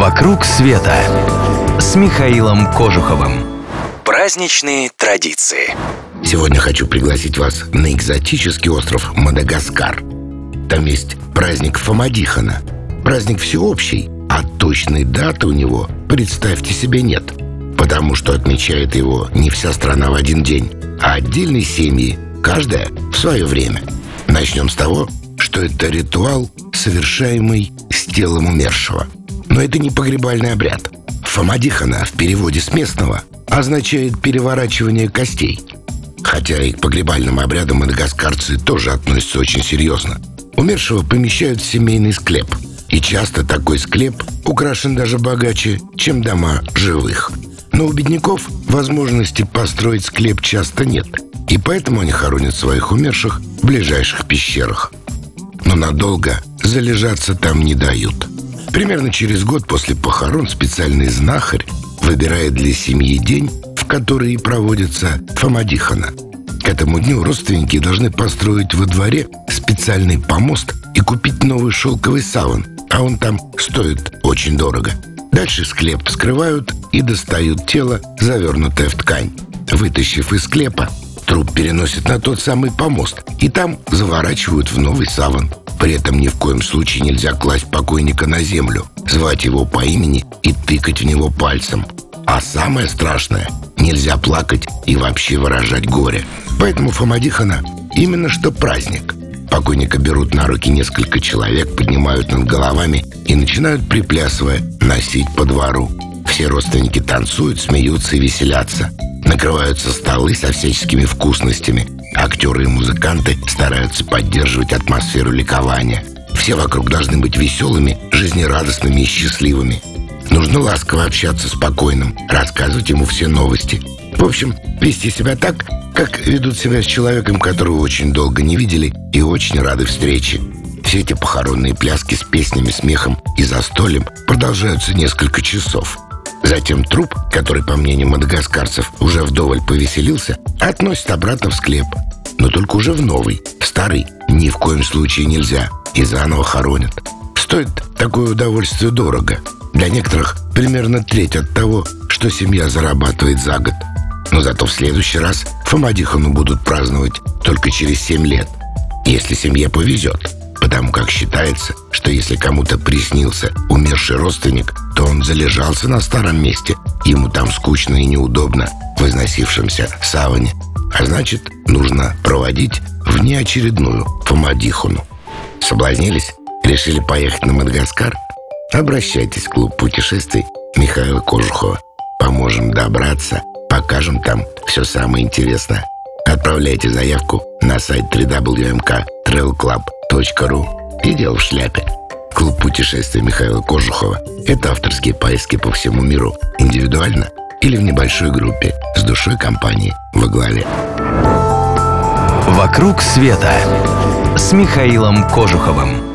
«Вокруг света» с Михаилом Кожуховым. Праздничные традиции. Сегодня хочу пригласить вас на экзотический остров Мадагаскар. Там есть праздник Фамадихана. Праздник всеобщий, а точной даты у него, представьте себе, нет. Потому что отмечает его не вся страна в один день, а отдельные семьи, каждая в свое время. Начнем с того, что это ритуал, совершаемый с телом умершего. Но это не погребальный обряд. Фамадихана в переводе с местного означает переворачивание костей. Хотя и к погребальным обрядам мадагаскарцы тоже относятся очень серьезно. Умершего помещают в семейный склеп. И часто такой склеп украшен даже богаче, чем дома живых. Но у бедняков возможности построить склеп часто нет. И поэтому они хоронят своих умерших в ближайших пещерах. Но надолго залежаться там не дают. Примерно через год после похорон специальный знахарь выбирает для семьи день, в который и проводится Фамадихана. К этому дню родственники должны построить во дворе специальный помост и купить новый шелковый саван, а он там стоит очень дорого. Дальше склеп вскрывают и достают тело, завернутое в ткань. Вытащив из склепа, труп переносят на тот самый помост и там заворачивают в новый саван. При этом ни в коем случае нельзя класть покойника на землю, звать его по имени и тыкать в него пальцем. А самое страшное – нельзя плакать и вообще выражать горе. Поэтому Фамадихана именно что праздник. Покойника берут на руки несколько человек, поднимают над головами и начинают, приплясывая, носить по двору. Все родственники танцуют, смеются и веселятся. Накрываются столы со всяческими вкусностями. Актеры и музыканты стараются поддерживать атмосферу ликования. Все вокруг должны быть веселыми, жизнерадостными и счастливыми. Нужно ласково общаться с покойным, рассказывать ему все новости. В общем, вести себя так, как ведут себя с человеком, которого очень долго не видели и очень рады встрече. Все эти похоронные пляски с песнями, смехом и застольем продолжаются несколько часов. Затем труп, который, по мнению мадагаскарцев, уже вдоволь повеселился, относят обратно в склеп. Но только уже в новый. В старый ни в коем случае нельзя. И заново хоронят. Стоит такое удовольствие дорого. Для некоторых примерно треть от того, что семья зарабатывает за год. Но зато в следующий раз Фамадихану будут праздновать только через 7 лет. Если семье повезет. Потому как считается, что если кому-то приснился умерший родственник, то он залежался на старом месте. Ему там скучно и неудобно в износившемся саване. А значит, нужно проводить внеочередную Фамадихану. Соблазнились? Решили поехать на Мадагаскар? Обращайтесь в клуб путешествий Михаила Кожухова. Поможем добраться, покажем там все самое интересное. Отправляйте заявку на сайт www.mktravelclub.ru. И дело в шляпе. Клуб путешествий Михаила Кожухова – это авторские поездки по всему миру, индивидуально или в небольшой группе, с душой компании во главе. «Вокруг света» с Михаилом Кожуховым.